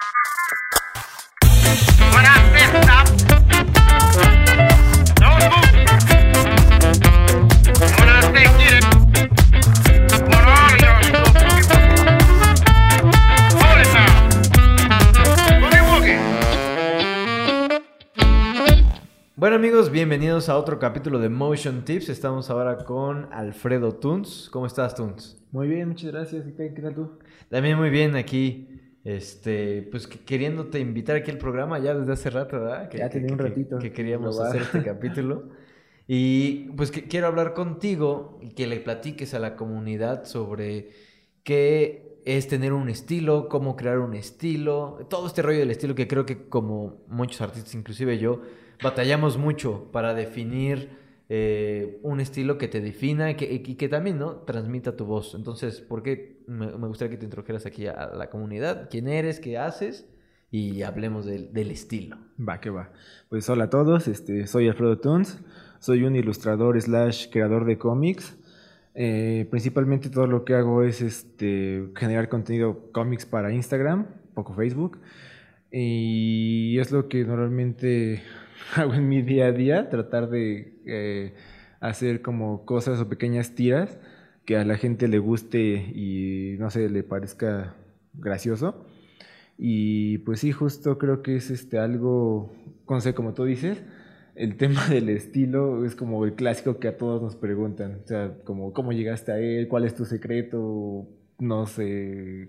When I said stop, don't move. And when I say get it, I want all of y'all to go boogie. Hold it now. Boogie woogie. Bueno amigos, bienvenidos a otro capítulo de Motion Tips. Estamos ahora con Alfredo Tuns. ¿Cómo estás, Tuns? Muy bien, muchas gracias. ¿Y qué tal tú? También muy bien aquí, pues queriéndote invitar aquí al programa ya desde hace rato, ¿verdad? Ya tenía un ratito. Que queríamos Probar. hacer este capítulo. Y pues que quiero hablar contigo y que le platiques a la comunidad sobre qué es tener un estilo, cómo crear un estilo, todo este rollo del estilo que creo que como muchos artistas, inclusive yo, batallamos mucho para definir un estilo que te defina y que también, ¿no?, transmita tu voz. Entonces, ¿por qué me gustaría que te introdujeras aquí a la comunidad? ¿Quién eres? ¿Qué haces? Y hablemos del estilo. Va, que va. Pues hola a todos, soy Alfredo Tuns, soy un ilustrador / creador de cómics. Principalmente todo lo que hago es generar contenido cómics para Instagram, poco Facebook. Y es lo que normalmente hago en mi día a día, tratar de hacer como cosas o pequeñas tiras que a la gente le guste y no sé, le parezca gracioso. Y pues sí, justo creo que es algo, no sé, como tú dices, el tema del estilo es como el clásico que a todos nos preguntan, o sea, como cómo llegaste a él, cuál es tu secreto, no sé,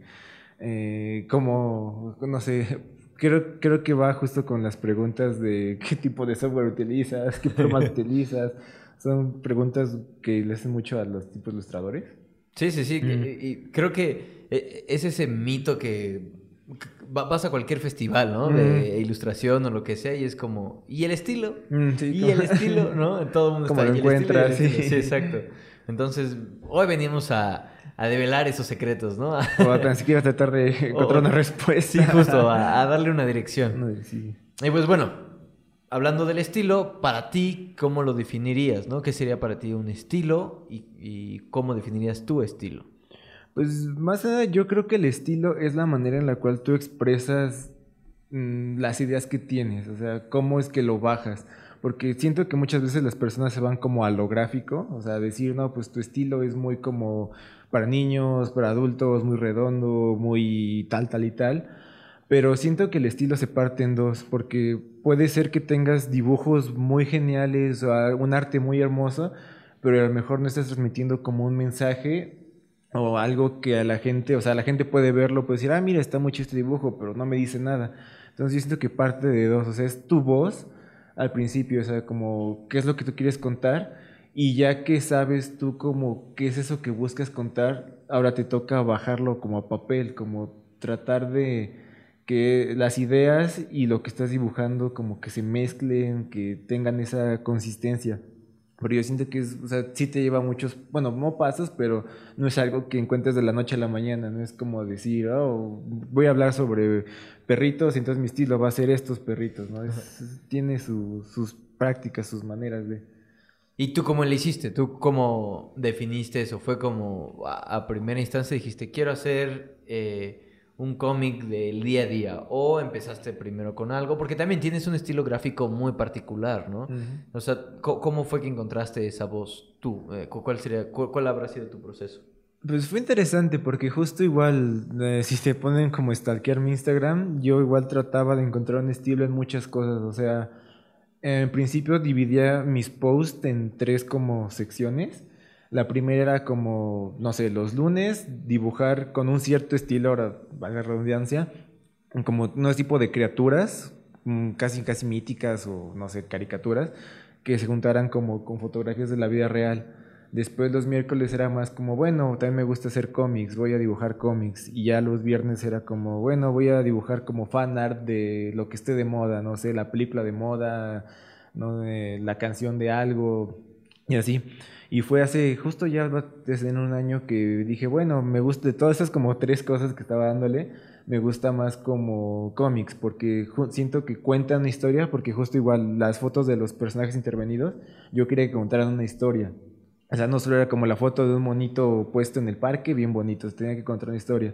cómo, no sé. Creo que va justo con las preguntas de qué tipo de software utilizas, qué formas utilizas. Son preguntas que le hacen mucho a los tipos ilustradores. Sí. Y creo que es ese mito que vas a cualquier festival, ¿no? De ilustración o lo que sea y es como, ¿y el estilo? Sí, Y como... el estilo, ¿no? Todo el mundo Como está lo ahí. El estilo y el encuentras, estilo. sí. Sí, exacto. Entonces, hoy venimos a develar esos secretos, ¿no? O tan siquiera tratar de encontrar una respuesta. Sí, justo, a darle una dirección. No, sí. Y pues bueno, hablando del estilo, para ti, ¿cómo lo definirías, no? ¿Qué sería para ti un estilo y cómo definirías tu estilo? Pues más nada, yo creo que el estilo es la manera en la cual tú expresas las ideas que tienes, o sea, cómo es que lo bajas. Porque siento que muchas veces las personas se van como a lo gráfico, o sea, decir, no, pues tu estilo es muy como para niños, para adultos, muy redondo, muy tal y tal. Pero siento que el estilo se parte en dos, porque puede ser que tengas dibujos muy geniales o un arte muy hermoso, pero a lo mejor no estás transmitiendo como un mensaje o algo que a la gente, o sea, la gente puede verlo, puede decir, ah, mira, está muy chido este dibujo, pero no me dice nada. Entonces yo siento que parte de dos, o sea, es tu voz al principio, o sea, como qué es lo que tú quieres contar, y ya que sabes tú como qué es eso que buscas contar, ahora te toca bajarlo como a papel, como tratar de que las ideas y lo que estás dibujando como que se mezclen, que tengan esa consistencia. Pero yo siento que o sea, sí te lleva muchos, bueno, no pasos, pero no es algo que encuentres de la noche a la mañana, no es como decir, oh, voy a hablar sobre perritos, entonces mi estilo va a ser estos perritos, ¿no? Tiene sus prácticas, sus maneras de... ¿Y tú cómo le hiciste? ¿Tú cómo definiste eso? ¿Fue como a primera instancia dijiste, quiero hacer un cómic del día a día? ¿O empezaste primero con algo? Porque también tienes un estilo gráfico muy particular, ¿no? Uh-huh. O sea, ¿cómo fue que encontraste esa voz tú? ¿Cuál habrá sido tu proceso? Pues fue interesante porque justo igual, si te ponen como stalkear mi Instagram, yo igual trataba de encontrar un estilo en muchas cosas, o sea, en principio dividía mis posts en 3 como secciones. La primera era como, no sé, los lunes dibujar con un cierto estilo, ahora valga la redundancia, como unos tipo de criaturas, casi míticas o no sé, caricaturas, que se juntaran como con fotografías de la vida real. Después los miércoles era más como, bueno, también me gusta hacer cómics, voy a dibujar cómics. Y ya los viernes era como, bueno, voy a dibujar como fan art de lo que esté de moda, no sé, la película de moda, ¿no? La canción de algo y así. Y fue hace, justo ya desde en un año que dije, bueno, me gusta de todas esas como 3 cosas que estaba dándole, me gusta más como cómics, porque siento que cuentan una historia, porque justo igual las fotos de los personajes intervenidos, yo quería que contaran una historia. O sea, no solo era como la foto de un monito puesto en el parque, bien bonito, tenía que contar una historia.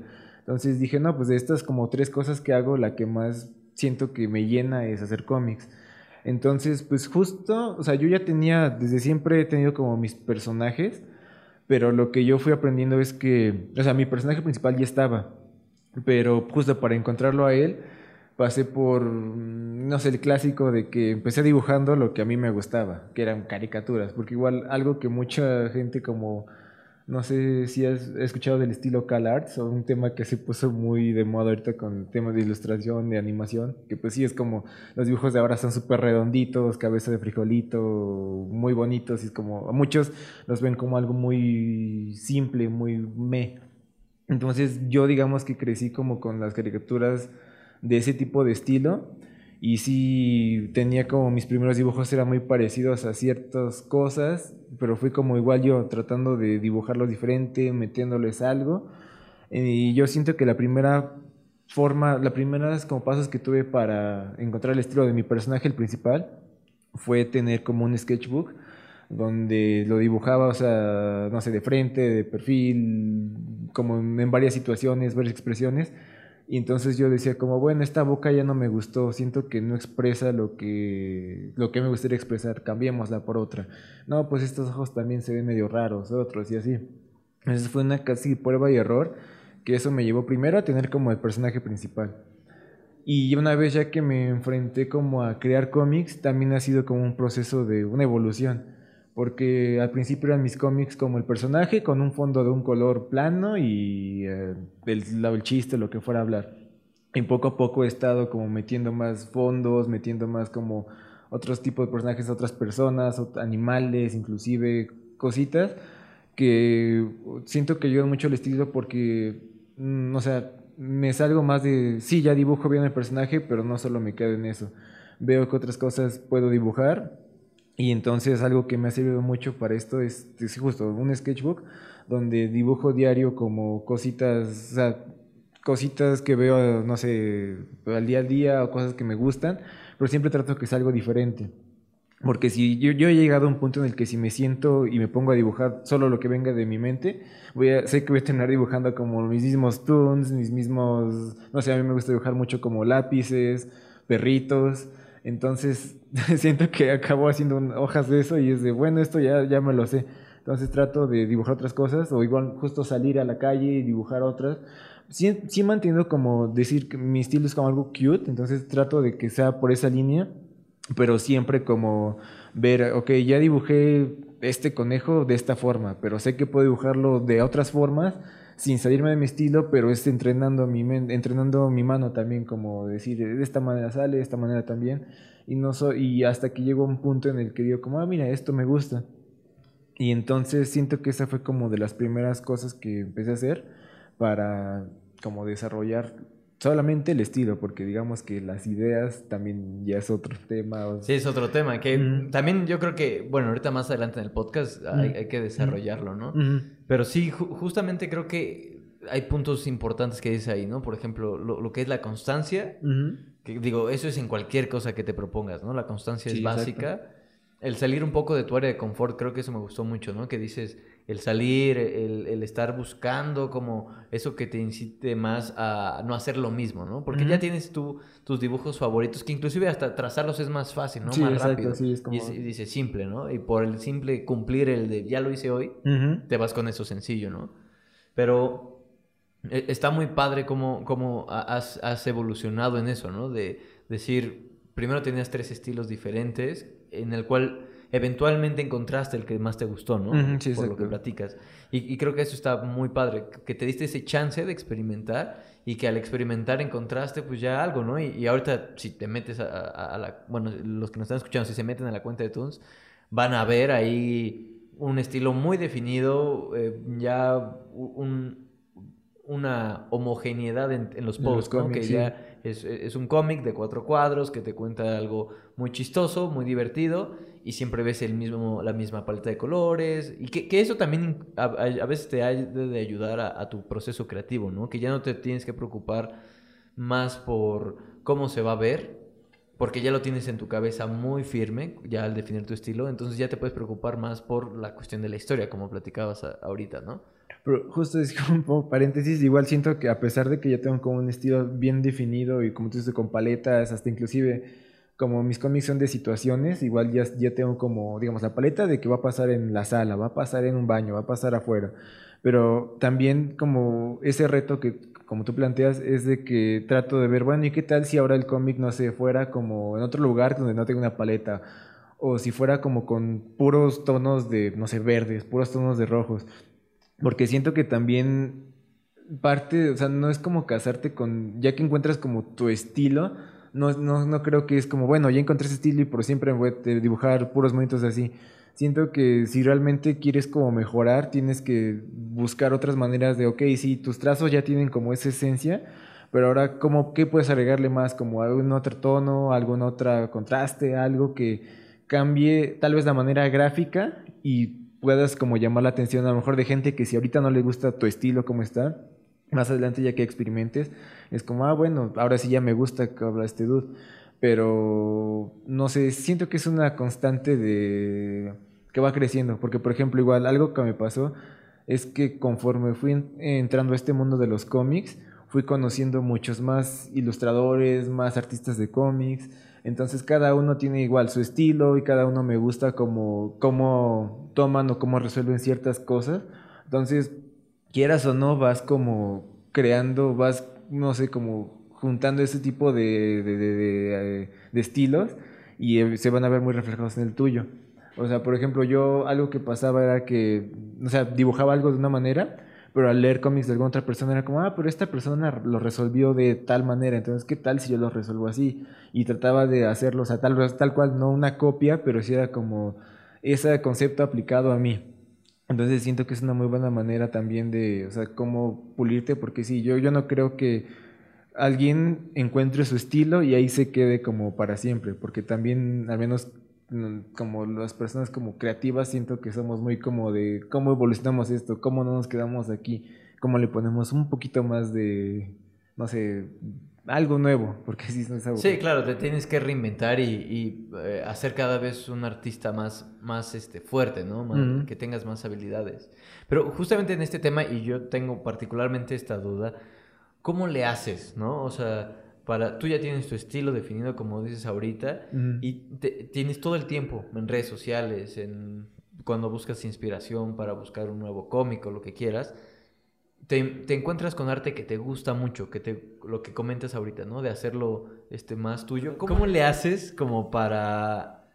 Entonces dije, no, pues de estas como 3 cosas que hago, la que más siento que me llena es hacer cómics. Entonces, pues justo, o sea, yo ya tenía, desde siempre he tenido como mis personajes, pero lo que yo fui aprendiendo es que, o sea, mi personaje principal ya estaba, pero justo para encontrarlo a él, pasé por, no sé, el clásico de que empecé dibujando lo que a mí me gustaba, que eran caricaturas, porque igual algo que mucha gente como, no sé si has escuchado del estilo CalArts, o un tema que se puso muy de moda ahorita con temas de ilustración, de animación, que pues sí es como, los dibujos de ahora son súper redonditos, cabeza de frijolito, muy bonitos, y es como, a muchos los ven como algo muy simple, muy meh. Entonces yo digamos que crecí como con las caricaturas de ese tipo de estilo y sí tenía como mis primeros dibujos eran muy parecidos a ciertas cosas, pero fui como igual yo tratando de dibujarlos diferente, metiéndoles algo. Y yo siento que la primera forma, la primeras como pasos que tuve para encontrar el estilo de mi personaje, el principal, fue tener como un sketchbook donde lo dibujaba, o sea, no sé, de frente, de perfil, como en varias situaciones, varias expresiones. Y entonces yo decía como, bueno, esta boca ya no me gustó, siento que no expresa lo que me gustaría expresar, cambiémosla por otra. No, pues estos ojos también se ven medio raros, otros y así. Entonces fue una casi prueba y error, que eso me llevó primero a tener como el personaje principal. Y una vez ya que me enfrenté como a crear cómics, también ha sido como un proceso de una evolución. Porque al principio eran mis cómics como el personaje con un fondo de un color plano y el chiste, lo que fuera a hablar. Y poco a poco he estado como metiendo más fondos, metiendo más como otros tipos de personajes, otras personas, animales, inclusive cositas que siento que ayudan mucho el estilo porque, o sea, me salgo más de, sí, ya dibujo bien el personaje, pero no solo me quedo en eso. Veo que otras cosas puedo dibujar y entonces algo que me ha servido mucho para esto es justo un sketchbook donde dibujo diario como cositas, o sea, cositas que veo, no sé, al día o cosas que me gustan, pero siempre trato que sea algo diferente. Porque si yo he llegado a un punto en el que si me siento y me pongo a dibujar solo lo que venga de mi mente, sé que voy a terminar dibujando como mis mismos toons, mis mismos, no sé, a mí me gusta dibujar mucho como lápices, perritos, entonces siento que acabo haciendo hojas de eso y es de, bueno, esto ya me lo sé. Entonces trato de dibujar otras cosas o igual justo salir a la calle y dibujar otras. Sí manteniendo como decir que mi estilo es como algo cute, entonces trato de que sea por esa línea, pero siempre como ver, ok, ya dibujé este conejo de esta forma, pero sé que puedo dibujarlo de otras formas sin salirme de mi estilo, pero es entrenando entrenando mi mano también, como decir, de esta manera sale, de esta manera también, y hasta que llego a un punto en el que digo como, mira, esto me gusta. Y entonces siento que esa fue como de las primeras cosas que empecé a hacer para como desarrollar solamente el estilo, porque digamos que las ideas también ya es otro tema. Sí, es otro tema que también yo creo que, bueno, ahorita más adelante en el podcast hay que desarrollarlo, ¿no? Pero sí, justamente creo que hay puntos importantes que dice ahí, ¿no? Por ejemplo, lo que es la constancia, que digo, eso es en cualquier cosa que te propongas, ¿no? La constancia es básica. Exacto. El salir un poco de tu área de confort, creo que eso me gustó mucho, ¿no? Que dices, el salir, el estar buscando como eso que te incite más a no hacer lo mismo, ¿no? Porque ya tienes tus dibujos favoritos, que inclusive hasta trazarlos es más fácil, ¿no? Sí, más exacto, rápido. Sí, es como... Y dice simple, ¿no? Y por el simple cumplir el de ya lo hice hoy, te vas con eso sencillo, ¿no? Pero está muy padre cómo has evolucionado en eso, ¿no? De decir, primero tenías 3 estilos diferentes, en el cual eventualmente encontraste el que más te gustó, ¿no? Sí, por lo que platicas. Y creo que eso está muy padre, que te diste ese chance de experimentar y que al experimentar encontraste pues ya algo, ¿no? Y ahorita si te metes a la... Bueno, los que nos están escuchando, si se meten a la cuenta de Toons, van a ver ahí un estilo muy definido, ya una homogeneidad en los posts, ¿no? Cómics, que sí. ya es un cómic de 4 cuadros que te cuenta algo muy chistoso, muy divertido y siempre ves la misma paleta de colores y que eso también a veces te ha de ayudar a tu proceso creativo, ¿no? Que ya no te tienes que preocupar más por cómo se va a ver, porque ya lo tienes en tu cabeza muy firme, ya al definir tu estilo, entonces ya te puedes preocupar más por la cuestión de la historia, como platicabas ahorita, ¿no? Pero justo es como paréntesis, igual siento que a pesar de que ya tengo como un estilo bien definido y como tú dices, con paletas, hasta inclusive como mis cómics son de situaciones, igual ya tengo como, digamos, la paleta de que va a pasar en la sala, va a pasar en un baño, va a pasar afuera. Pero también como ese reto que, como tú planteas, es de que trato de ver, bueno, ¿y qué tal si ahora el cómic, no sé, fuera como en otro lugar donde no tenga una paleta? O si fuera como con puros tonos de, no sé, verdes, puros tonos de rojos. Porque siento que también parte, o sea, no es como casarte con, ya que encuentras como tu estilo, no creo que es como, bueno, ya encontré ese estilo y por siempre voy a dibujar puros monitos así. Siento que si realmente quieres como mejorar, tienes que buscar otras maneras de, ok, sí, tus trazos ya tienen como esa esencia, pero ahora, ¿cómo, qué puedes agregarle más? Como algún otro tono, algún otro contraste, algo que cambie tal vez la manera gráfica y puedas como llamar la atención a lo mejor de gente que si ahorita no le gusta tu estilo como está, más adelante ya que experimentes, es como, ah, bueno, ahora sí ya me gusta que habla este dude. Pero no sé, siento que es una constante de que va creciendo, porque por ejemplo, igual algo que me pasó es que conforme fui entrando a este mundo de los cómics, fui conociendo muchos más ilustradores, más artistas de cómics, entonces cada uno tiene igual su estilo y cada uno me gusta cómo toman o cómo resuelven ciertas cosas. Entonces, quieras o no, vas como creando, vas, no sé, como juntando ese tipo de estilos y se van a ver muy reflejados en el tuyo. O sea, por ejemplo, yo algo que pasaba era que, o sea, dibujaba algo de una manera, pero al leer cómics de alguna otra persona era como, ah, pero esta persona lo resolvió de tal manera, entonces, ¿qué tal si yo lo resuelvo así? Y trataba de hacerlo, o sea, tal cual, no una copia, pero sí era como ese concepto aplicado a mí. Entonces siento que es una muy buena manera también de, o sea, cómo pulirte, porque sí, yo no creo que alguien encuentre su estilo y ahí se quede como para siempre, porque también, al menos como las personas como creativas, siento que somos muy como de cómo evolucionamos esto, cómo no nos quedamos aquí, cómo le ponemos un poquito más de, no sé, algo nuevo, porque sí, no es algo. Sí, claro, te tienes que reinventar y hacer cada vez un artista más fuerte, ¿no? Ujú. Que tengas más habilidades. Pero justamente en este tema, y yo tengo particularmente esta duda, ¿cómo le haces, no? O sea, tú ya tienes tu estilo definido, como dices ahorita, Ujú. y tienes todo el tiempo en redes sociales, cuando buscas inspiración para buscar un nuevo cómico, lo que quieras. Te encuentras con arte que te gusta mucho, lo que comentas ahorita, ¿no? De hacerlo más tuyo. ¿Cómo le haces como para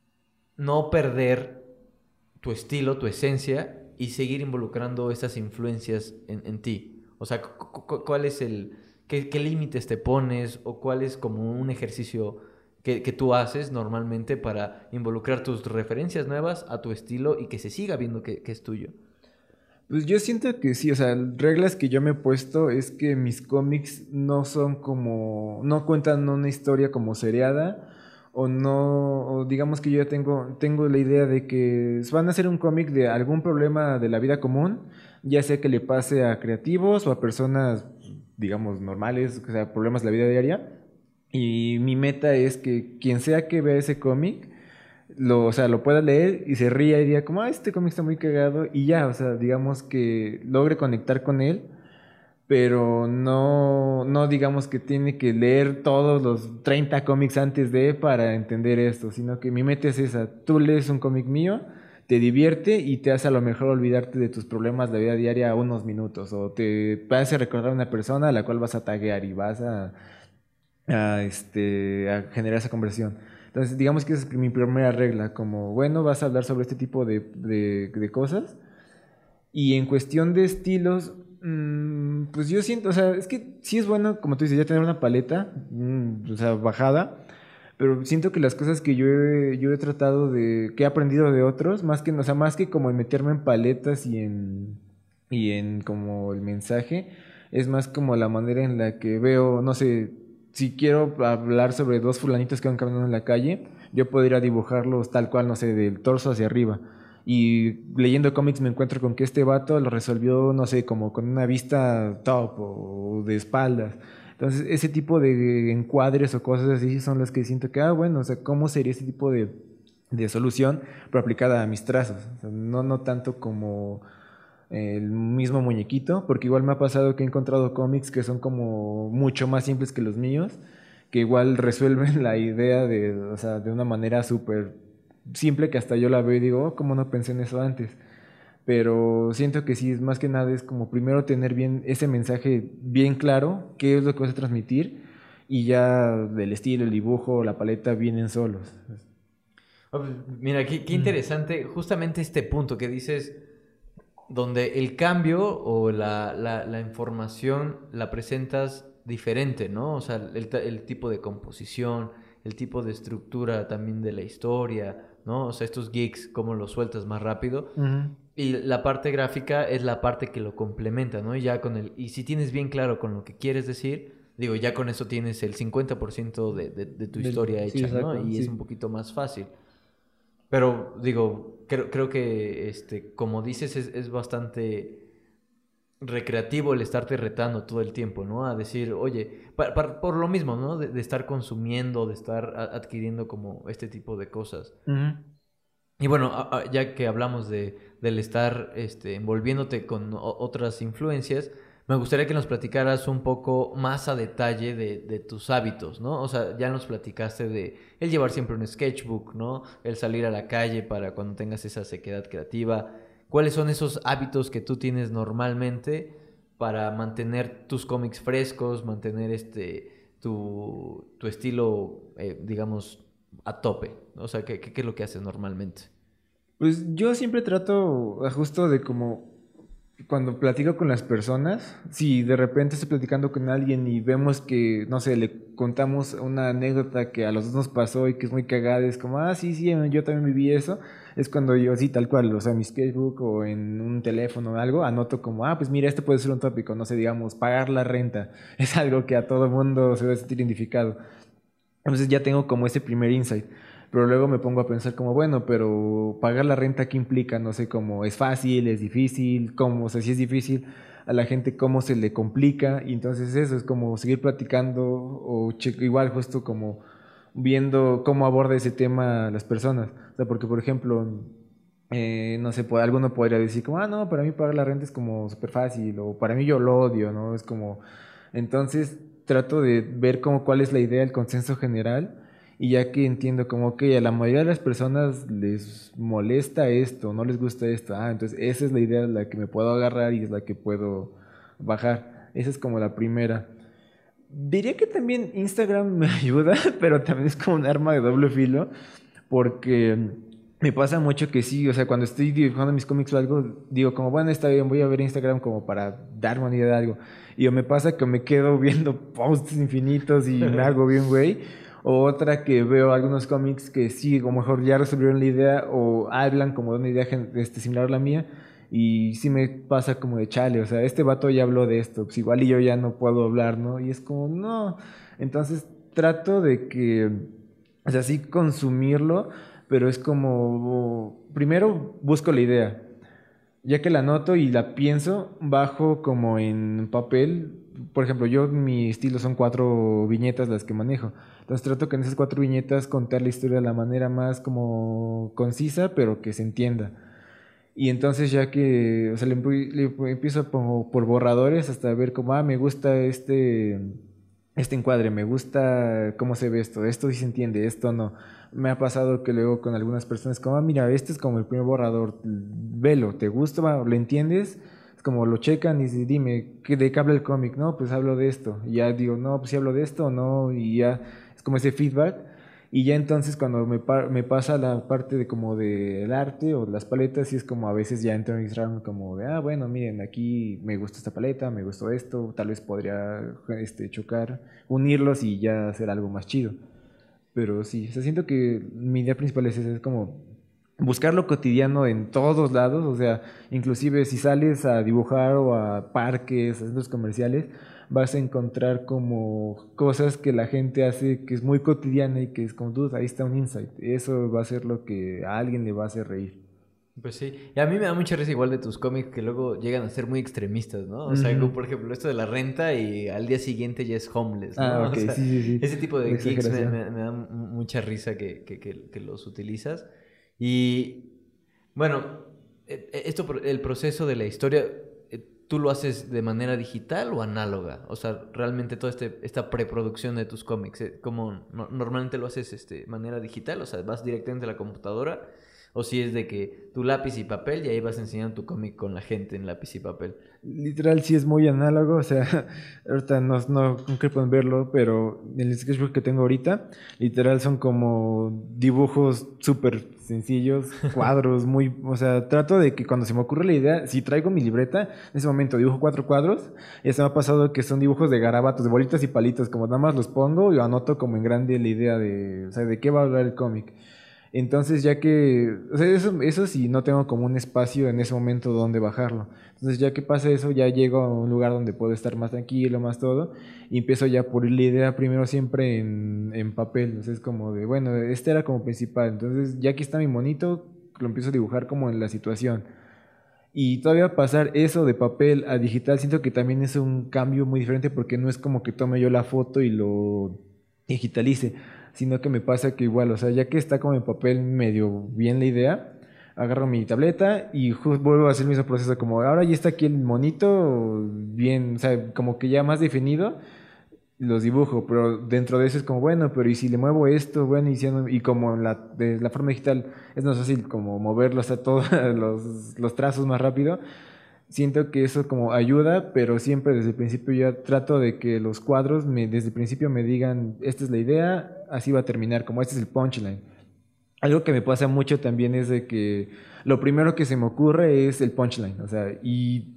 no perder tu estilo, tu esencia y seguir involucrando esas influencias en ti? O sea, ¿cuál es qué límites te pones o cuál es como un ejercicio que tú haces normalmente para involucrar tus referencias nuevas a tu estilo y que se siga viendo que es tuyo? Pues yo siento que sí, o sea, reglas que yo me he puesto es que mis cómics no son como, no cuentan una historia como seriada, o no, o digamos que yo ya tengo la idea de que van a hacer un cómic de algún problema de la vida común, ya sea que le pase a creativos o a personas, digamos, normales, o sea, problemas de la vida diaria, y mi meta es que quien sea que vea ese cómic, o sea, lo pueda leer y se ría y diga como, ah, este cómic está muy cagado y ya, o sea, digamos que logre conectar con él, pero no digamos que tiene que leer todos los 30 cómics antes de para entender esto, sino que mi meta es esa, tú lees un cómic mío, te divierte y te hace a lo mejor olvidarte de tus problemas de la vida diaria unos minutos, o te hace recordar a una persona a la cual vas a taguear y vas a generar esa conversión. Entonces, digamos que esa es mi primera regla, como, bueno, vas a hablar sobre este tipo de cosas. Y en cuestión de estilos, pues yo siento, o sea, es que sí es bueno, como tú dices, ya tener una paleta, o sea, bajada, pero siento que las cosas que yo he tratado que he aprendido de otros, más que, o sea, más que como en meterme en paletas y en como el mensaje, es más como la manera en la que veo, no sé, si quiero hablar sobre dos fulanitos que van caminando en la calle, yo podría dibujarlos tal cual, no sé, del torso hacia arriba. Y leyendo cómics me encuentro con que este vato lo resolvió, no sé, como con una vista top o de espaldas. Entonces, ese tipo de encuadres o cosas así son las que siento que, ah, bueno, o sea, ¿cómo sería ese tipo de solución, pero aplicada a mis trazos? O sea, no tanto como el mismo muñequito, porque igual me ha pasado que he encontrado cómics que son como mucho más simples que los míos, que igual resuelven la idea de, o sea, de una manera súper simple que hasta yo la veo y digo, oh, ¿cómo no pensé en eso antes? Pero siento que sí, es más que nada es como primero tener bien ese mensaje bien claro, qué es lo que vas a transmitir, y ya del estilo, el dibujo, la paleta vienen solos. Oh, pues, mira, qué interesante justamente este punto que dices, donde el cambio o la información la presentas diferente, ¿no? O sea, el tipo de composición, el tipo de estructura también de la historia, ¿no? O sea, estos geeks, cómo los sueltas más rápido. Ujú. Y la parte gráfica es la parte que lo complementa, ¿no? Y ya y si tienes bien claro con lo que quieres decir, digo, ya con eso tienes el 50% de tu historia Sí, hecha, ¿no? exacto, Y es sí. un poquito más fácil. Pero digo, creo que, como dices, es bastante recreativo el estarte retando todo el tiempo, ¿no? A decir, oye, por lo mismo, ¿no? De estar consumiendo, de estar adquiriendo como este tipo de cosas. Ujú. Y bueno, ya que hablamos del estar envolviéndote con otras influencias, me gustaría que nos platicaras un poco más a detalle de tus hábitos, ¿no? O sea, ya nos platicaste de el llevar siempre un sketchbook, ¿no? El salir a la calle para cuando tengas esa sequedad creativa. ¿Cuáles son esos hábitos que tú tienes normalmente para mantener tus cómics frescos, mantener tu estilo, digamos, a tope? O sea, ¿qué es lo que haces normalmente? Pues yo siempre trato justo de como cuando platico con las personas, si de repente estoy platicando con alguien y vemos que, no sé, le contamos una anécdota que a los dos nos pasó y que es muy cagada, es como, ah, sí, sí, yo también viví eso, es cuando yo, sí, tal cual, o sea, en mi sketchbook o en un teléfono o algo, anoto como, ah, pues mira, este puede ser un tópico, no sé, digamos, pagar la renta, es algo que a todo mundo se va a sentir identificado. Entonces ya tengo como ese primer insight. Pero luego me pongo a pensar como, bueno, pero pagar la renta, ¿qué implica? No sé, cómo es fácil, es difícil, cómo, o sea, si es difícil, a la gente cómo se le complica. Y entonces eso es como seguir platicando o igual justo como viendo cómo aborda ese tema las personas. O sea, porque por ejemplo, no sé, alguno podría decir como, ah, no, para mí pagar la renta es como súper fácil, o para mí yo lo odio, ¿no? Es como, entonces trato de ver como cuál es la idea, el consenso general, y ya que entiendo como que a la mayoría de las personas les molesta esto, no les gusta esto, ah, entonces esa es la idea de la que me puedo agarrar y es la que puedo bajar. Esa es como la primera. Diría que también Instagram me ayuda, pero también es como un arma de doble filo, porque me pasa mucho que sí, o sea, cuando estoy dibujando mis cómics o algo, digo como, bueno, está bien, voy a ver Instagram como para darme una idea de algo. Y o me pasa que me quedo viendo posts infinitos y me hago bien, güey. O otra que veo algunos cómics que sí, a lo mejor ya resolvieron la idea o hablan como de una idea similar a la mía. Y sí me pasa como de chale, o sea, este vato ya habló de esto, pues igual y yo ya no puedo hablar, ¿no? Y es como, no. Entonces trato de que, o sea, sí consumirlo, pero es como, primero busco la idea. Ya que la anoto y la pienso, bajo como en papel. Por ejemplo, yo mi estilo son 4 viñetas las que manejo. Entonces trato que en esas 4 viñetas contar la historia de la manera más como concisa, pero que se entienda. Y entonces ya que, o sea, empiezo como por borradores hasta ver como, ah, me gusta este encuadre, me gusta cómo se ve esto sí se entiende, esto no. Me ha pasado que luego con algunas personas como, ah, mira, este es como el primer borrador, velo, ¿te gusta? ¿Lo entiendes? Es como lo checan y dicen, dime, ¿de qué habla el cómic? No, pues hablo de esto. Y ya digo, no, pues sí hablo de esto o no, y ya es como ese feedback. Y ya entonces cuando me pasa la parte de como del arte o las paletas, sí es como a veces ya entro en Instagram como de, ah, bueno, miren, aquí me gusta esta paleta, me gustó esto, tal vez podría chocar, unirlos y ya hacer algo más chido. Pero sí, o sea, siento que mi idea principal es esa, es como buscar lo cotidiano en todos lados, o sea, inclusive si sales a dibujar o a parques, a centros comerciales, vas a encontrar como cosas que la gente hace que es muy cotidiana y que es como, dude, ahí está un insight. Eso va a ser lo que a alguien le va a hacer reír. Pues sí, y a mí me da mucha risa igual de tus cómics que luego llegan a ser muy extremistas, ¿no? O sea, como Ujú. por ejemplo esto de la renta y al día siguiente ya es homeless, Ah, ¿no? ok, O sea, sí, sí, sí. ese tipo La de geeks exageración. me da mucha risa que los utilizas. Y bueno, el proceso de la historia, ¿tú lo haces de manera digital o análoga? O sea, realmente toda esta preproducción de tus cómics, ¿cómo normalmente lo haces de manera digital? O sea, ¿vas directamente a la computadora? ¿O si es de que tu lápiz y papel y ahí vas enseñando tu cómic con la gente en lápiz y papel? Literal sí es muy análogo, o sea, ahorita no pueden verlo, pero el sketchbook que tengo ahorita, literal son como dibujos súper sencillos, cuadros, muy, o sea, trato de que cuando se me ocurre la idea, si traigo mi libreta, en ese momento dibujo 4 cuadros, y se me ha pasado que son dibujos de garabatos, de bolitas y palitos, como nada más los pongo y anoto como en grande la idea de, o sea, de qué va a hablar el cómic. Entonces, ya que, o sea, eso sí, no tengo como un espacio en ese momento donde bajarlo. Entonces, ya que pasa eso, ya llego a un lugar donde puedo estar más tranquilo, más todo, y empiezo ya por la idea primero siempre en papel. Entonces, es como de, bueno, este era como principal. Entonces, ya que está mi monito, lo empiezo a dibujar como en la situación. Y todavía pasar eso de papel a digital, siento que también es un cambio muy diferente porque no es como que tome yo la foto y lo digitalice, sino que me pasa que igual, o sea, ya que está como en papel medio bien la idea, agarro mi tableta y vuelvo a hacer el mismo proceso, como ahora ya está aquí el monito bien, o sea, como que ya más definido, los dibujo, pero dentro de eso es como, bueno, pero y si le muevo esto, bueno, y como de la forma digital es más fácil como moverlo hasta todos los trazos más rápido. Siento que eso como ayuda, pero siempre desde el principio ya trato de que los cuadros desde el principio me digan, esta es la idea, así va a terminar, como este es el punchline. Algo que me pasa mucho también es de que lo primero que se me ocurre es el punchline, o sea, y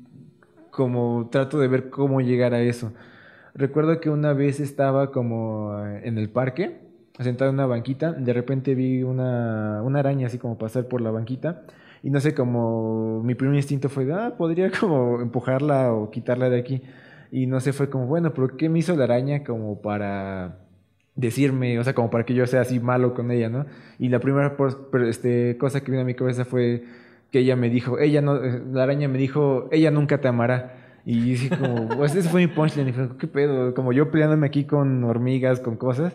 como trato de ver cómo llegar a eso. Recuerdo que una vez estaba como en el parque, sentado en una banquita, de repente vi una araña así como pasar por la banquita. Y no sé, como mi primer instinto fue, podría como empujarla o quitarla de aquí. Y no sé, fue como, bueno, pero ¿qué me hizo la araña como para decirme, o sea, como para que yo sea así malo con ella, ¿no? Y la primera cosa que vino a mi cabeza fue que ella me dijo, la araña me dijo, ella nunca te amará. Y dije como, pues ese fue mi punchline. Y fue, ¿qué pedo? Como yo peleándome aquí con hormigas, con cosas.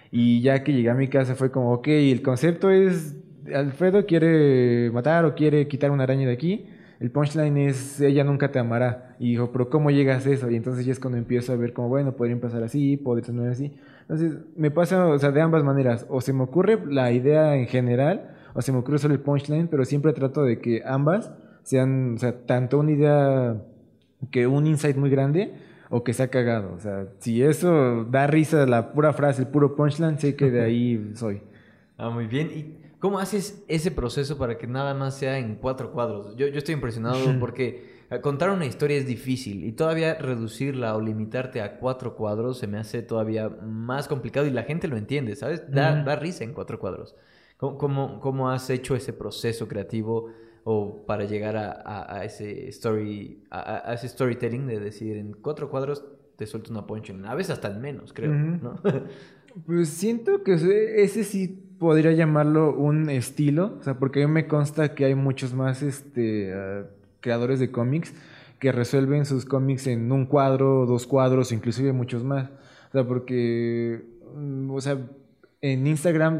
Y ya que llegué a mi casa fue como, ok, el concepto es Alfredo quiere matar o quiere quitar una araña de aquí. El punchline es ella nunca te amará. Y dijo, pero ¿cómo llegas a eso? Y entonces ya es cuando empiezo a ver como, bueno, podría empezar así, podría tener así. Entonces me pasa, o sea, de ambas maneras. O se me ocurre la idea en general, o se me ocurre solo el punchline, pero siempre trato de que ambas sean, o sea, tanto una idea que un insight muy grande o que sea cagado. O sea, si eso da risa la pura frase, el puro punchline, sé que de ahí soy. Ah, muy bien. ¿Y cómo haces ese proceso para que nada más sea en 4 cuadros? Yo estoy impresionado porque contar una historia es difícil y todavía reducirla o limitarte a 4 cuadros se me hace todavía más complicado y la gente lo entiende, ¿sabes? Da risa en 4 cuadros. ¿Cómo has hecho ese proceso creativo o para llegar a ese a ese storytelling de decir en 4 cuadros te suelto una punchline? A veces hasta en menos, creo, ¿no? Pues siento que ese sí podría llamarlo un estilo, o sea, porque a mí me consta que hay muchos más creadores de cómics que resuelven sus cómics en un cuadro, 2 cuadros, inclusive muchos más. O sea, porque, o sea, en Instagram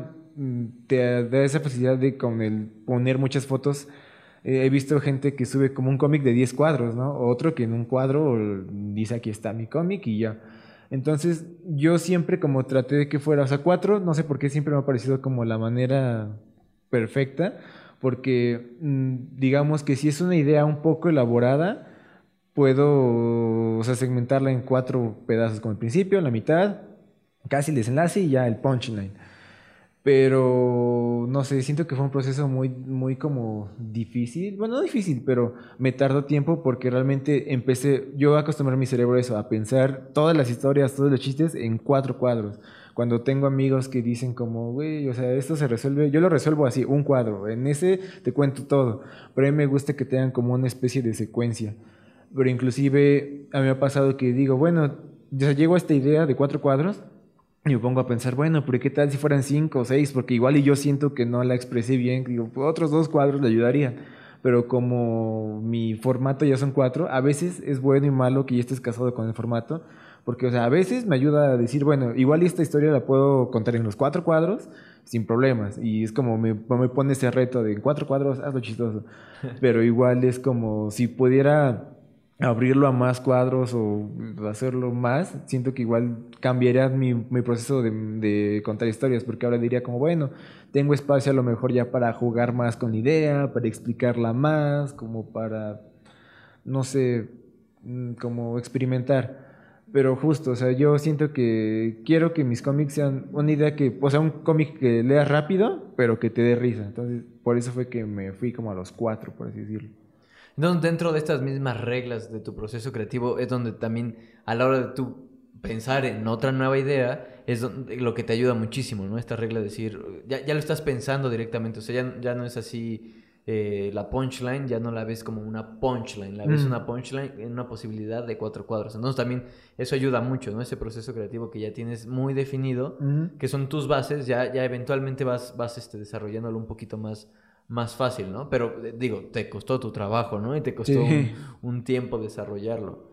te da esa facilidad de con el poner muchas fotos. He visto gente que sube como un cómic de 10 cuadros, ¿no? Otro que en un cuadro dice aquí está mi cómic y ya. Entonces, yo siempre como traté de que fuera, o sea, 4, no sé por qué siempre me ha parecido como la manera perfecta, porque digamos que si es una idea un poco elaborada, puedo, o sea, segmentarla en 4 pedazos, como el principio, la mitad, casi el desenlace y ya el punchline. Pero no sé, siento que fue un proceso muy, muy como difícil. Bueno, no difícil, pero me tardó tiempo porque realmente yo a acostumbrar mi cerebro a eso, a pensar todas las historias, todos los chistes en 4 cuadros. Cuando tengo amigos que dicen como, güey, o sea, esto se resuelve, yo lo resuelvo así, un cuadro, en ese te cuento todo. Pero a mí me gusta que tengan como una especie de secuencia. Pero inclusive a mí me ha pasado que digo, bueno, ya llego a esta idea de 4 cuadros. Y me pongo a pensar, bueno, pero ¿qué tal si fueran 5 o 6? Porque igual y yo siento que no la expresé bien. Digo, pues otros 2 cuadros le ayudarían. Pero como mi formato ya son 4, a veces es bueno y malo que ya estés casado con el formato. Porque, o sea, a veces me ayuda a decir, bueno, igual esta historia la puedo contar en los 4 cuadros sin problemas. Y es como me pone ese reto de en 4 cuadros, hazlo chistoso. Pero igual es como si pudiera abrirlo a más cuadros o hacerlo más, siento que igual cambiaría mi proceso de contar historias, porque ahora diría como, bueno, tengo espacio a lo mejor ya para jugar más con la idea, para explicarla más, como para, no sé, como experimentar. Pero justo, o sea, yo siento que quiero que mis cómics sean una idea que, o sea, un cómic que leas rápido, pero que te dé risa. Entonces, por eso fue que me fui como a los 4, por así decirlo. Entonces, dentro de estas mismas reglas de tu proceso creativo es donde también a la hora de tú pensar en otra nueva idea es lo que te ayuda muchísimo, ¿no? Esta regla de decir, ya lo estás pensando directamente, o sea, ya no es así la punchline, ya no la ves como una punchline, la ves una punchline en una posibilidad de 4 cuadros. Entonces también eso ayuda mucho, ¿no? Ese proceso creativo que ya tienes muy definido, que son tus bases, ya eventualmente vas desarrollándolo un poquito más fácil, ¿no? Pero digo, te costó tu trabajo, ¿no? Y te costó Sí. un tiempo desarrollarlo.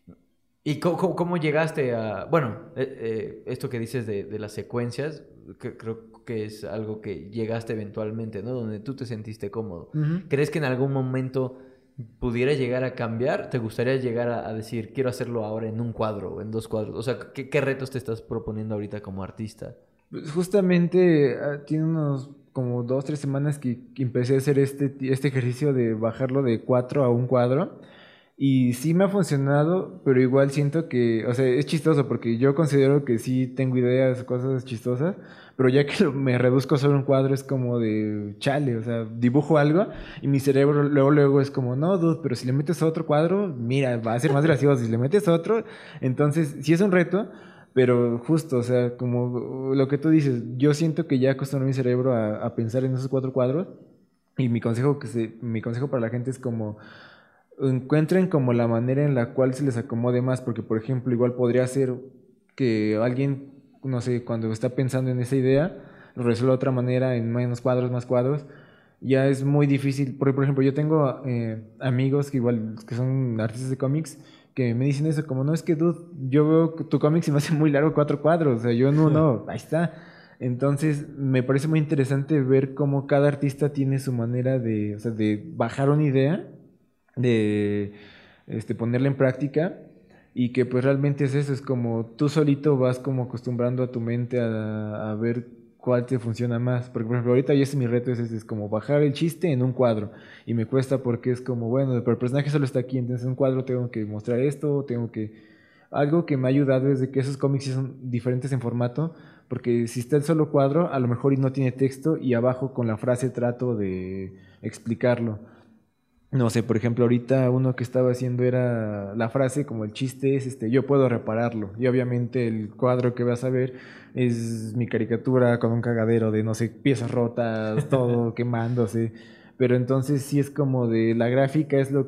¿Y cómo llegaste a...? Bueno, esto que dices de las secuencias, creo que es algo que llegaste eventualmente, ¿no? Donde tú te sentiste cómodo. ¿Crees que en algún momento pudiera llegar a cambiar? ¿Te gustaría llegar a decir, quiero hacerlo ahora en un cuadro o en 2 cuadros? O sea, ¿qué retos te estás proponiendo ahorita como artista? Pues justamente tiene unos como 2, 3 semanas que empecé a hacer este ejercicio de bajarlo de 4 a un cuadro. Y sí me ha funcionado, pero igual siento que, o sea, es chistoso porque yo considero que sí tengo ideas, cosas chistosas, pero ya que me reduzco solo a un cuadro es como de chale, o sea, dibujo algo y mi cerebro luego es como, no, dude, pero si le metes a otro cuadro, mira, va a ser más gracioso, si le metes a otro, entonces sí es un reto, pero justo, o sea, como lo que tú dices, yo siento que ya acostumbré mi cerebro a pensar en esos 4 cuadros y mi consejo para la gente es como encuentren como la manera en la cual se les acomode más, porque por ejemplo, igual podría ser que alguien, no sé, cuando está pensando en esa idea, lo resuelva de otra manera, en menos cuadros, más cuadros, ya es muy difícil, porque por ejemplo, yo tengo amigos que igual, que son artistas de cómics, que me dicen eso, como, no, es que dude, yo veo tu cómic se me hace muy largo, 4 cuadros, o sea, yo no, ahí está. Entonces, me parece muy interesante ver cómo cada artista tiene su manera de, o sea, de bajar una idea de ponerla en práctica y que pues realmente es eso, es como tú solito vas como acostumbrando a tu mente a ver cuál te funciona más, porque por ejemplo ahorita ya mi reto es como bajar el chiste en un cuadro y me cuesta porque es como bueno, pero el personaje solo está aquí, entonces en un cuadro tengo que mostrar esto, tengo que... Algo que me ha ayudado es de que esos cómics sí son diferentes en formato, porque si está el solo cuadro, a lo mejor y no tiene texto y abajo con la frase trato de explicarlo. No sé, por ejemplo, ahorita uno que estaba haciendo era la frase, como el chiste es, yo puedo repararlo. Y obviamente el cuadro que vas a ver es mi caricatura con un cagadero de, no sé, piezas rotas, todo quemándose. Pero entonces sí es como de, la gráfica es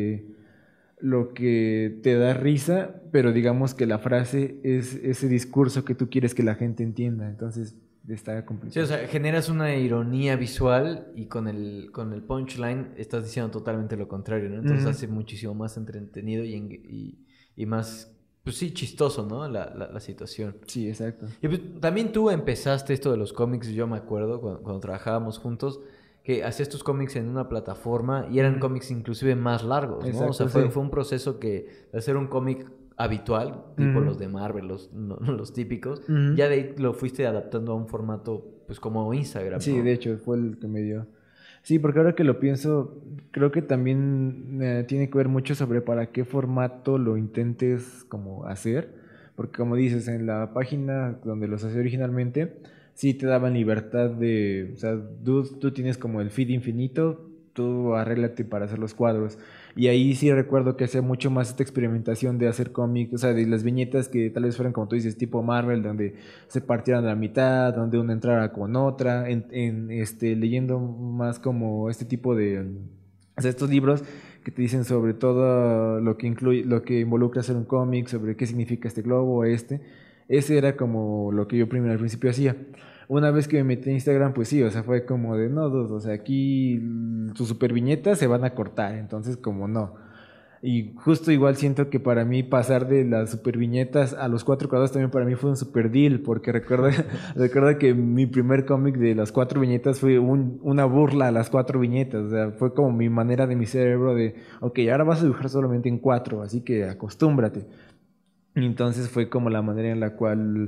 lo que te da risa, pero digamos que la frase es ese discurso que tú quieres que la gente entienda. Entonces está Sí, complicado. o sea, generas una ironía visual y con el punchline estás diciendo totalmente lo contrario, ¿no? Entonces Ujú. hace muchísimo más entretenido y más, pues sí, chistoso, ¿no? La situación. Sí, exacto. Y pues, también tú empezaste esto de los cómics, yo me acuerdo cuando trabajábamos juntos, que hacías tus cómics en una plataforma y eran Ujú. cómics inclusive más largos, ¿no? O sea, Exacto, fue, sí. fue un proceso que de hacer un cómic habitual, tipo Ujú. los de Marvel, los típicos, Ujú. ya de ahí lo fuiste adaptando a un formato, pues como Instagram, Sí, de ¿no? hecho, fue el que me dio. Sí, porque ahora que lo pienso, creo que también tiene que ver mucho sobre para qué formato lo intentes como hacer, porque como dices, en la página donde los hacía originalmente, sí te daban libertad de, o sea, tú tienes como el feed infinito, tú arréglate para hacer los cuadros. Y ahí sí recuerdo que hacía mucho más esta experimentación de hacer cómics, o sea, de las viñetas que tal vez fueran como tú dices, tipo Marvel, donde se partieran a la mitad, donde una entrara con otra, leyendo más como este tipo de, o sea, estos libros que te dicen sobre todo lo que incluye, lo que involucra hacer un cómic, sobre qué significa este globo o ese era como lo que yo primero al principio hacía. Una vez que me metí en Instagram, pues sí, o sea, fue como de, no, o sea, aquí tus super viñetas se van a cortar, entonces como no. Y justo igual siento que para mí pasar de las super viñetas a los 4 cuadros también para mí fue un super deal, porque recuerda que mi primer cómic de las 4 viñetas fue una burla a las 4 viñetas. O sea, fue como mi manera de mi cerebro de, ok, ahora vas a dibujar solamente en 4, así que acostúmbrate. Y entonces fue como la manera en la cual,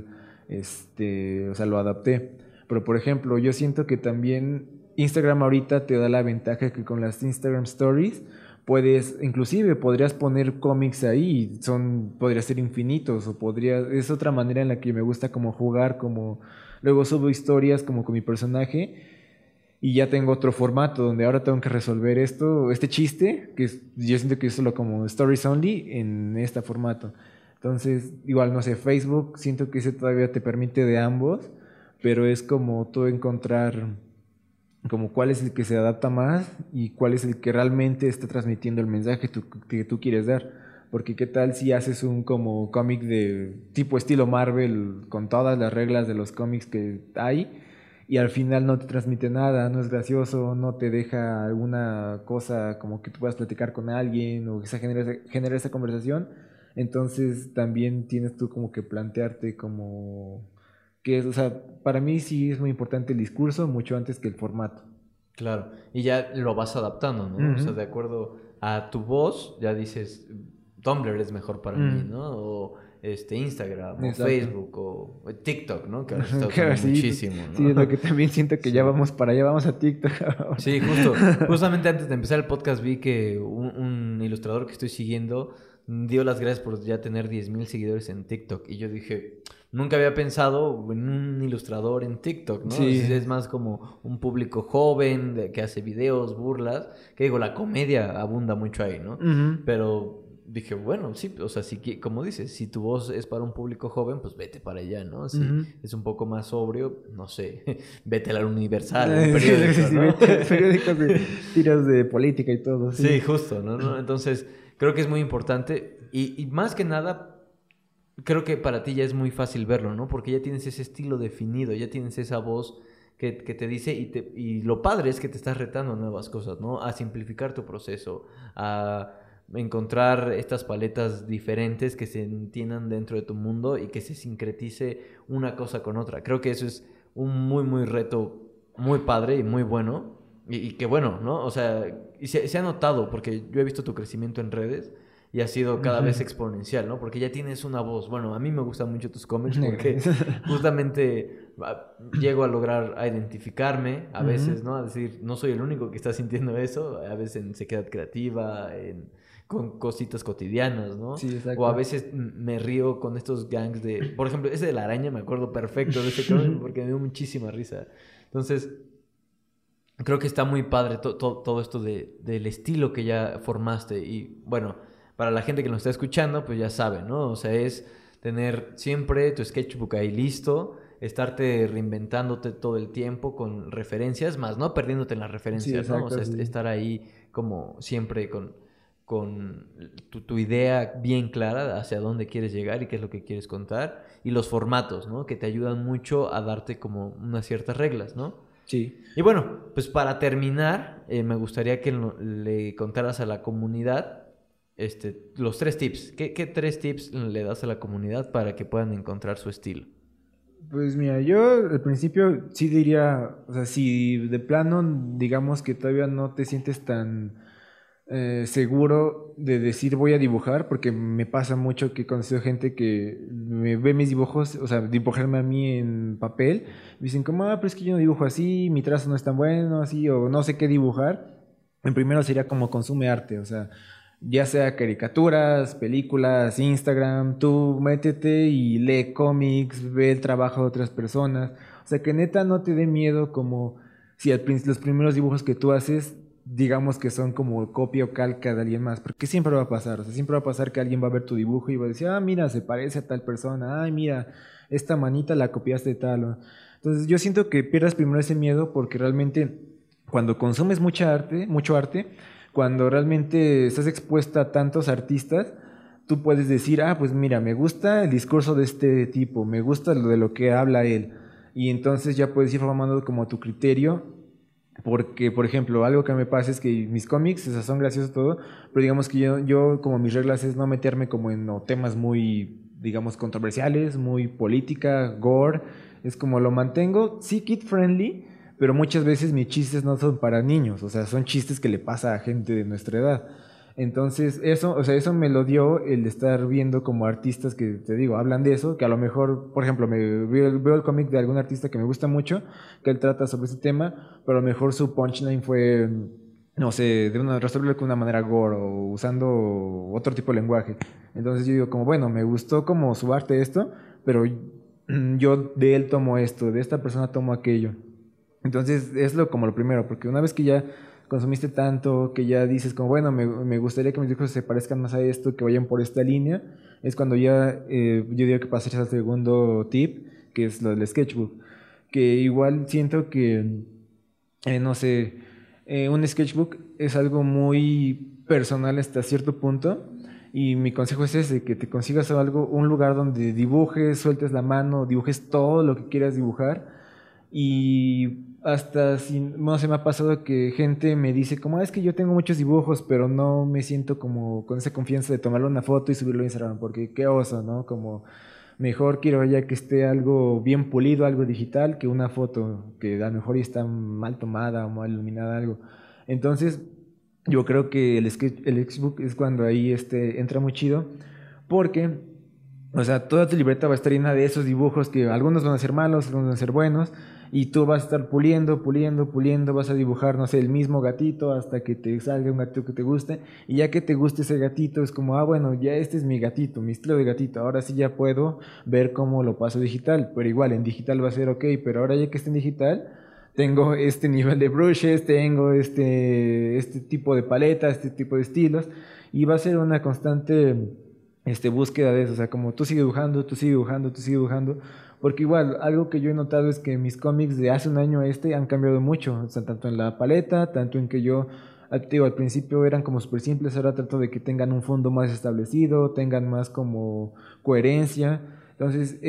o sea, lo adapté. Pero por ejemplo, yo siento que también Instagram ahorita te da la ventaja que con las Instagram Stories podrías poner cómics ahí, podría ser infinitos, es otra manera en la que me gusta como jugar, como luego subo historias como con mi personaje y ya tengo otro formato donde ahora tengo que resolver este chiste, yo siento que es solo como stories only en este formato. Entonces, igual, no sé, Facebook, siento que ese todavía te permite de ambos, pero es como tú encontrar como cuál es el que se adapta más y cuál es el que realmente está transmitiendo el mensaje que tú quieres dar. Porque qué tal si haces un como cómic de tipo estilo Marvel con todas las reglas de los cómics que hay y al final no te transmite nada, no es gracioso, no te deja alguna cosa como que tú puedas platicar con alguien o que se genere esa conversación. Entonces también tienes tú como que plantearte como o sea, para mí sí es muy importante el discurso mucho antes que el formato. Claro, y ya lo vas adaptando, ¿no? O sea, de acuerdo a tu voz, ya dices, Tumblr es mejor para mí, ¿no? O Instagram, o Facebook, o TikTok, ¿no? Que ahora se está usando sí, muchísimo, ¿no? Sí, es lo que también siento que ya vamos para allá, vamos a TikTok ahora. Sí, justamente antes de empezar el podcast vi que un ilustrador que estoy siguiendo dio las gracias por ya tener 10,000 seguidores en TikTok. Y yo dije, nunca había pensado en un ilustrador en TikTok, ¿no? Sí. Es más como un público joven que hace videos, burlas. Que digo, la comedia abunda mucho ahí, ¿no? Pero dije, bueno, sí, o sea, como dices, si tu voz es para un público joven, pues vete para allá, ¿no? Si es un poco más sobrio, no sé, vete a la Universal, un periódico, ¿no? Periódicos de tiras de política y todo. Sí, justo, ¿no? Entonces, creo que es muy importante y más que nada, creo que para ti ya es muy fácil verlo, ¿no? Porque ya tienes ese estilo definido, ya tienes esa voz que te dice y lo padre es que te estás retando a nuevas cosas, ¿no? A simplificar tu proceso, a encontrar estas paletas diferentes que se entiendan dentro de tu mundo y que se sincretice una cosa con otra. Creo que eso es un muy reto muy padre y muy bueno y que bueno, ¿no? O sea, y se ha notado porque yo he visto tu crecimiento en redes y ha sido cada vez exponencial, ¿no? Porque ya tienes una voz. Bueno, a mí me gustan mucho tus cómics porque justamente llego a lograr a identificarme a veces, ¿no? A decir, no soy el único que está sintiendo eso, a veces en sequedad creativa, con cositas cotidianas, ¿no? Sí, exacto. O a veces me río con estos gangs de... Por ejemplo, ese de la araña me acuerdo perfecto de ese cómic porque me dio muchísima risa. Entonces, creo que está muy padre todo esto del estilo que ya formaste. Y bueno, para la gente que nos está escuchando, pues ya sabe, ¿no? O sea, es tener siempre tu sketchbook ahí listo, estarte reinventándote todo el tiempo con referencias, más no perdiéndote en las referencias, sí, exacto, ¿no? O sea, estar ahí como siempre con tu idea bien clara hacia dónde quieres llegar y qué es lo que quieres contar. Y los formatos, ¿no? Que te ayudan mucho a darte como unas ciertas reglas, ¿no? Sí. Y bueno, pues para terminar, me gustaría que le contaras a la comunidad los 3 tips. ¿Qué 3 tips le das a la comunidad para que puedan encontrar su estilo? Pues mira, yo al principio sí diría, o sea, si de plano digamos que todavía no te sientes tan seguro de decir voy a dibujar, porque me pasa mucho que conozco gente que me ve mis dibujos, o sea, dibujarme a mí en papel, me dicen como, pero es que yo no dibujo así, mi trazo no es tan bueno, así, o no sé qué dibujar. En primero sería como consume arte, o sea, ya sea caricaturas, películas, Instagram, tú métete y lee cómics, ve el trabajo de otras personas, o sea, que neta no te dé miedo como si los primeros dibujos que tú haces digamos que son como copia o calca de alguien más, porque siempre va a pasar, o sea, siempre va a pasar que alguien va a ver tu dibujo y va a decir, mira, se parece a tal persona, mira, esta manita la copiaste de tal. Entonces yo siento que pierdas primero ese miedo porque realmente cuando consumes mucho arte, cuando realmente estás expuesta a tantos artistas, tú puedes decir, pues mira, me gusta el discurso de este tipo, me gusta lo que habla él, y entonces ya puedes ir formando como tu criterio Porque, por ejemplo, algo que me pasa es que mis cómics, o sea, son graciosos todo, pero digamos que yo como mis reglas es no meterme como en temas muy, digamos, controversiales, muy política, gore, es como lo mantengo, sí kid friendly, pero muchas veces mis chistes no son para niños, o sea, son chistes que le pasa a gente de nuestra edad. Entonces, eso, o sea, eso me lo dio el estar viendo como artistas que, te digo, hablan de eso, que a lo mejor, por ejemplo, veo el cómic de algún artista que me gusta mucho, que él trata sobre ese tema, pero a lo mejor su punchline fue, no sé, resolverlo de una manera gore o usando otro tipo de lenguaje. Entonces yo digo como, bueno, me gustó como su arte esto, pero yo de él tomo esto, de esta persona tomo aquello. Entonces es como lo primero, porque una vez que ya consumiste tanto, que ya dices como, bueno, me gustaría que mis hijos se parezcan más a esto, que vayan por esta línea, es cuando ya yo digo que pasas al segundo tip, que es lo del sketchbook, que igual siento que, no sé, un sketchbook es algo muy personal hasta cierto punto. Y mi consejo es ese, que te consigas algo, un lugar donde dibujes, sueltes la mano, dibujes todo lo que quieras dibujar. Y hasta, si, no se me ha pasado que gente me dice como, "Ah, es que yo tengo muchos dibujos, pero no me siento como con esa confianza de tomarle una foto y subirlo a Instagram, porque qué oso, ¿no? Como mejor quiero ya que esté algo bien pulido, algo digital, que una foto que a lo mejor ya está mal tomada o mal iluminada, algo. Entonces, yo creo que el sketchbook es cuando ahí entra muy chido, porque, o sea, toda tu libreta va a estar llena de esos dibujos que algunos van a ser malos, algunos van a ser buenos, y tú vas a estar puliendo, puliendo, puliendo, vas a dibujar, no sé, el mismo gatito hasta que te salga un gatito que te guste, y ya que te guste ese gatito, es como, ah, bueno, ya este es mi gatito, mi estilo de gatito, ahora sí ya puedo ver cómo lo paso digital, pero igual en digital va a ser ok, pero ahora ya que está en digital, tengo este nivel de brushes, tengo este tipo de paleta, este tipo de estilos, y va a ser una constante búsqueda de eso, o sea, como tú sigues dibujando, tú sigues dibujando, tú sigues dibujando, porque igual, algo que yo he notado es que mis cómics de hace un año a este han cambiado mucho, o sea, tanto en la paleta, tanto en que yo, digo, al principio eran como súper simples, ahora trato de que tengan un fondo más establecido, tengan más como coherencia, entonces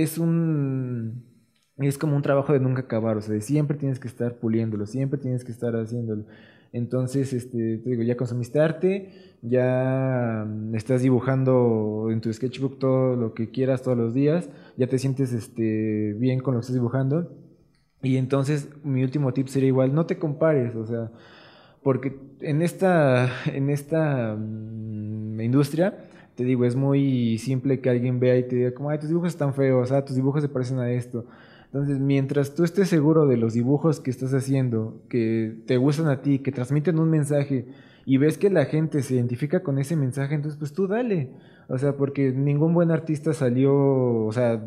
es como un trabajo de nunca acabar, o sea, de siempre tienes que estar puliéndolo, siempre tienes que estar haciéndolo. Entonces, te digo, ya consumiste arte, ya estás dibujando en tu sketchbook todo lo que quieras todos los días, ya te sientes bien con lo que estás dibujando. Y entonces, mi último tip sería igual, no te compares, o sea, porque en esta industria, te digo, es muy simple que alguien vea y te diga como, ay, tus dibujos están feos, tus dibujos se parecen a esto. Entonces, mientras tú estés seguro de los dibujos que estás haciendo, que te gustan a ti, que transmiten un mensaje y ves que la gente se identifica con ese mensaje, entonces pues tú dale. O sea, porque ningún buen artista salió, o sea,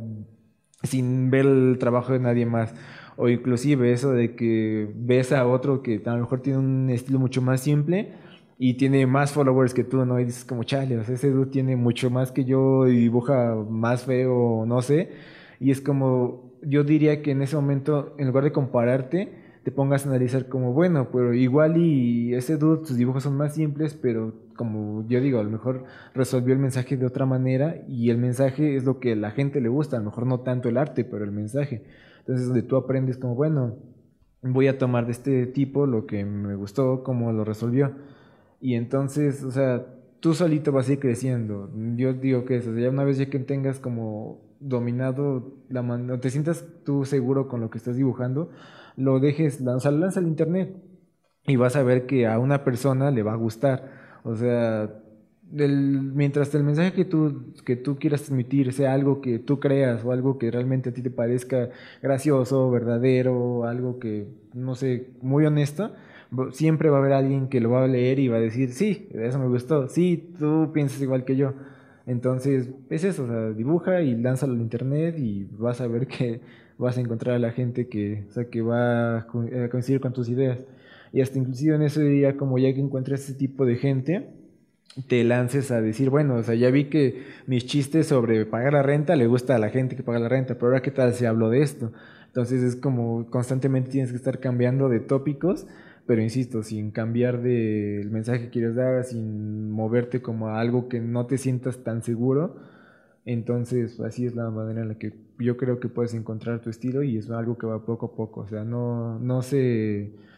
sin ver el trabajo de nadie más. O inclusive eso de que ves a otro que a lo mejor tiene un estilo mucho más simple y tiene más followers que tú, ¿no? Y dices como, chale, o sea, ese dude tiene mucho más que yo y dibuja más feo, no sé. Y es como, yo diría que en ese momento, en lugar de compararte, te pongas a analizar como, bueno, pero igual y ese dude, sus dibujos son más simples, pero como yo digo, a lo mejor resolvió el mensaje de otra manera y el mensaje es lo que a la gente le gusta, a lo mejor no tanto el arte, pero el mensaje. Entonces, donde tú aprendes como, bueno, voy a tomar de este tipo lo que me gustó, cómo lo resolvió. Y entonces, o sea, tú solito vas a ir creciendo. Yo digo que eso, o sea, ya una vez ya que tengas como dominado la mano, te sientas tú seguro con lo que estás dibujando, lo dejes, o sea, lo lanza al internet y vas a ver que a una persona le va a gustar. O sea, mientras el mensaje que tú quieras transmitir sea algo que tú creas o algo que realmente a ti te parezca gracioso, verdadero, algo que, no sé, muy honesto, siempre va a haber alguien que lo va a leer y va a decir, sí, eso me gustó, sí, tú piensas igual que yo. Entonces, es eso, o sea, dibuja y lánzalo al internet y vas a ver que vas a encontrar a la gente que, o sea, que va a coincidir con tus ideas. Y hasta inclusive en eso diría como ya que encuentras ese tipo de gente, te lances a decir, bueno, o sea, ya vi que mis chistes sobre pagar la renta le gusta a la gente que paga la renta, pero ahora qué tal si hablo de esto. Entonces es como constantemente tienes que estar cambiando de tópicos, pero insisto, sin cambiar del mensaje que quieres dar, sin moverte como a algo que no te sientas tan seguro. Entonces, así es la manera en la que yo creo que puedes encontrar tu estilo y es algo que va poco a poco. O sea, no se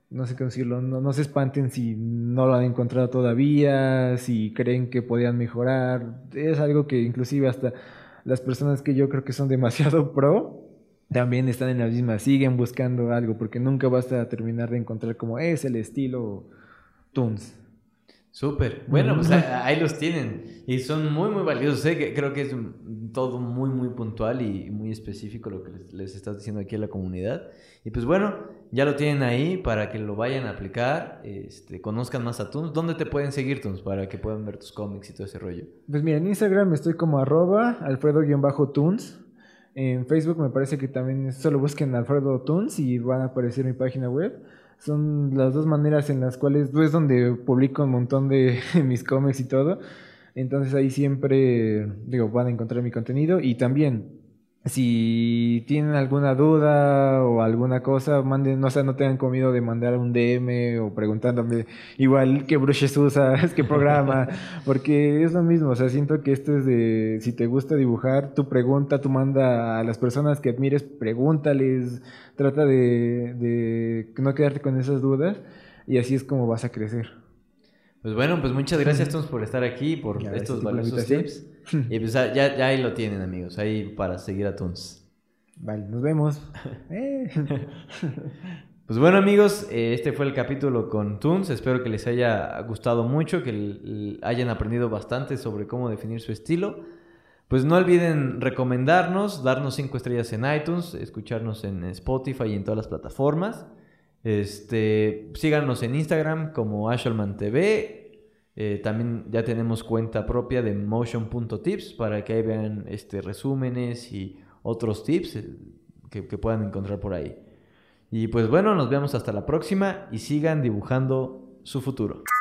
no sé cómo decirlo, no se espanten si no lo han encontrado todavía, si creen que podían mejorar. Es algo que inclusive hasta las personas que yo creo que son demasiado pro, también están en la misma, siguen buscando algo, porque nunca vas a terminar de encontrar como es el estilo Toons. Súper. Bueno, pues ahí los tienen. Y son muy, muy valiosos. Creo que es todo muy, muy puntual y muy específico lo que les estás diciendo aquí a la comunidad. Y pues bueno, ya lo tienen ahí para que lo vayan a aplicar, conozcan más a Toons. ¿Dónde te pueden seguir, Toons? Para que puedan ver tus cómics y todo ese rollo. Pues mira, en Instagram estoy como @Alfredo_Toons. En Facebook me parece que también solo busquen Alfredo Toons y van a aparecer mi página web. Son las dos maneras en las cuales es donde publico un montón de mis cómics y todo. Entonces ahí siempre, van a encontrar mi contenido. Y también, si tienen alguna duda o alguna cosa, manden, no tengan como miedo de mandar un DM o preguntándome igual qué brushes usas, qué programa, porque es lo mismo. O sea, siento que esto es de, si te gusta dibujar, tú pregunta, tú manda a las personas que admires, pregúntales, trata de no quedarte con esas dudas y así es como vas a crecer. Pues bueno, pues muchas gracias, Toons, por estar aquí, por estos valiosos tips. Y pues ya ahí lo tienen, amigos, ahí para seguir a Toons. Vale, nos vemos. Pues bueno, amigos, este fue el capítulo con Toons. Espero que les haya gustado mucho, que hayan aprendido bastante sobre cómo definir su estilo. Pues no olviden recomendarnos, darnos 5 estrellas en iTunes, escucharnos en Spotify y en todas las plataformas. Síganos en Instagram como AsholmanTV. También ya tenemos cuenta propia de motion.tips para que ahí vean resúmenes y otros tips que puedan encontrar por ahí. Y pues bueno, nos vemos hasta la próxima y sigan dibujando su futuro.